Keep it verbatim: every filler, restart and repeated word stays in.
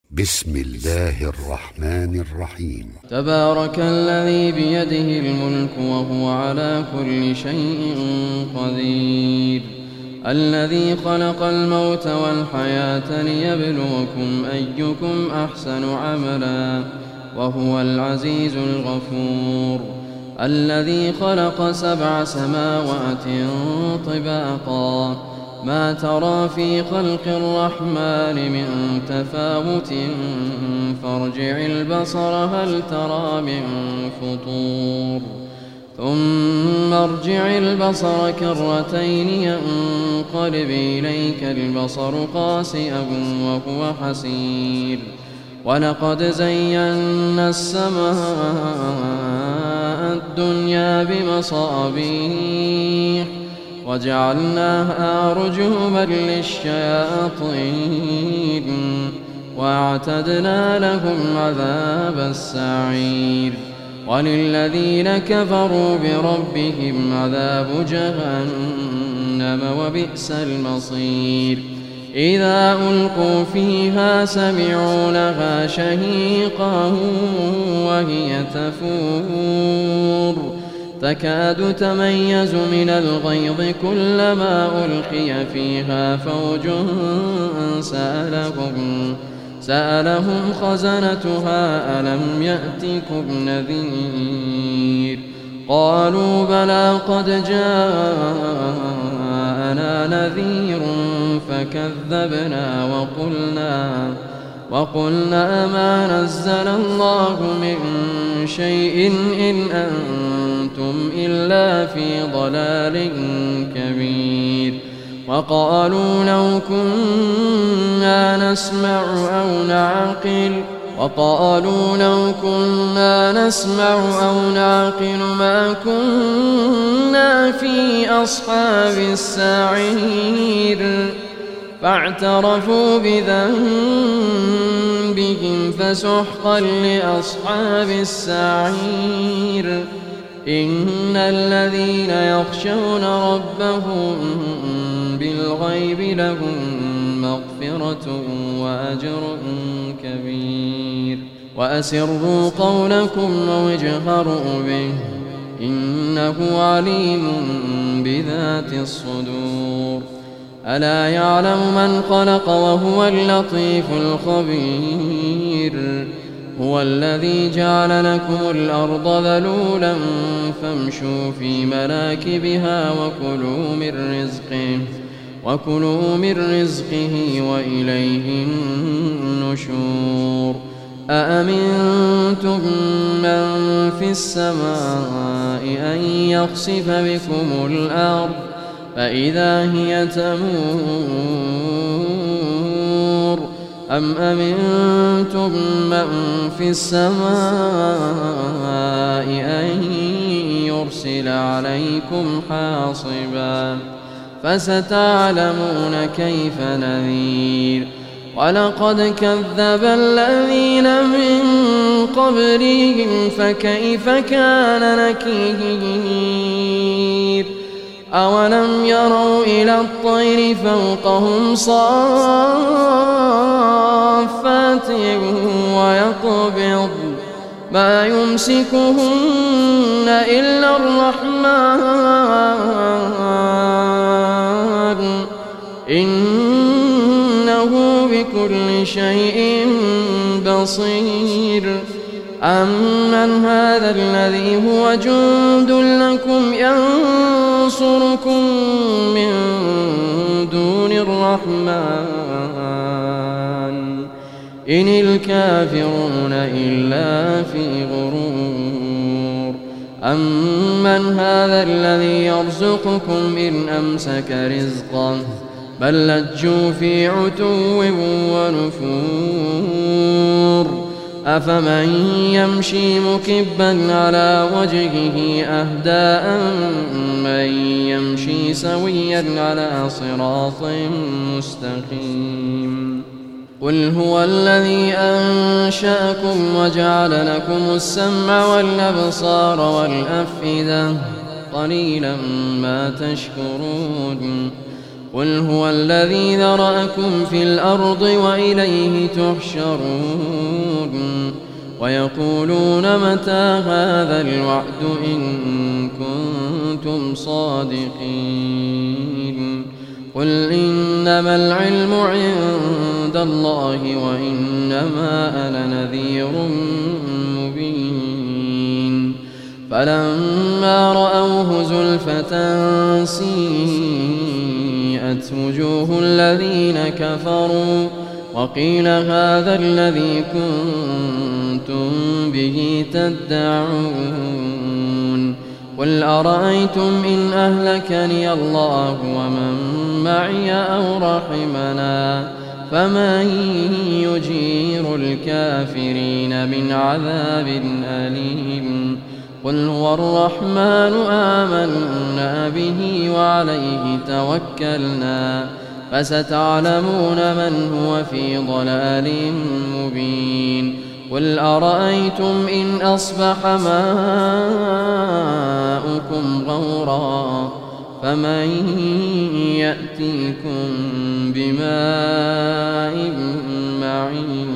بسم الله الرحمن الرحيم. تبارك الذي بيده الملك وهو على كل شيء قدير، الذي خلق الموت والحياة ليبلوكم أيكم أحسن عملا وهو العزيز الغفور، الذي خلق سبع سماوات طباقا ما ترى في خلق الرحمن من تفاوت فارجع البصر هل ترى من فطور ثم ارجع البصر كرتين ينقلب إليك البصر خاسئا وهو حسير، ولقد زينا السماء الدنيا بمصابيح وجعلناها رجوما للشياطين واعتدنا لهم عذاب السعير، وللذين كفروا بربهم عذاب جهنم وبئس المصير. إذا ألقوا فيها سمعوا لها شهيقا وهي تفور تكاد تميز من الغيظ كلما ألقي فيها فوج سألهم, سألهم خزنتها ألم يأتكم نذير قالوا بلى قد جاءنا نذير فكذبنا وقلنا وقلنا ما نزل الله من شيء إن أنتم إلا في ضلال كبير. وقالوا لو كنا نسمع أو نعقل وقالوا لو كنا نسمع أو نعقل ما كنا في أصحاب السعير فاعترفوا بذنبهم فسحقا لأصحاب السعير. إن الذين يخشون ربهم بالغيب لهم مغفرة وأجر كبير. وأسروا قولكم أو اجهروا به إنه عليم بذات الصدور. ألا يعلم من خلق وهو اللطيف الخبير. هو الذي جعل لكم الأرض ذلولا فامشوا في مناكبها وكلوا من رزقه وكلوا من رزقه وإليه النشور. أأمنتم من في السماء أن يخسف بكم الأرض فإذا هي تمور أم أمنتم من في السماء أن يرسل عليكم حاصبا فستعلمون كيف نذير. ولقد كذب الذين من قبلهم فكيف كان نكير. أولم يروا إلى الطير فوقهم صافات ويقبض ما يمسكهن إلا الرحمن إنه بكل شيء بصير. أمن هذا الذي هو جند لكم ينصركم من دون الرحمن إن الكافرون إلا في غرور. أمن هذا الذي يرزقكم إن أمسك رزقه بل لجوا في عتو ونفور. أفمن يمشي مكبا على وجهه أهدى من يمشي سويا على صراط مستقيم. قل هو الذي أنشأكم وجعل لكم السمع والأبصار والأفئدة قليلا ما تشكرون. قل هو الذي ذرأكم في الأرض وإليه تحشرون ويقولون متى هذا الوعد إن كنتم صادقين قل إنما العلم عند الله وإنما أنا نذير مبين فلما رأوه زلفة سيئت وجوه الذين كفروا وقيل هذا الذي كنتم به تدعون قل أرأيتم إن أهلكني الله ومن معي أو رحمنا فمن يجير الكافرين من عذاب أليم قل هو الرحمن آمنا به وعليه توكلنا فستعلمون من هو في ضلال مبين قل أرأيتم إن أصبح ماؤكم غورا فمن يأتيكم بماء معين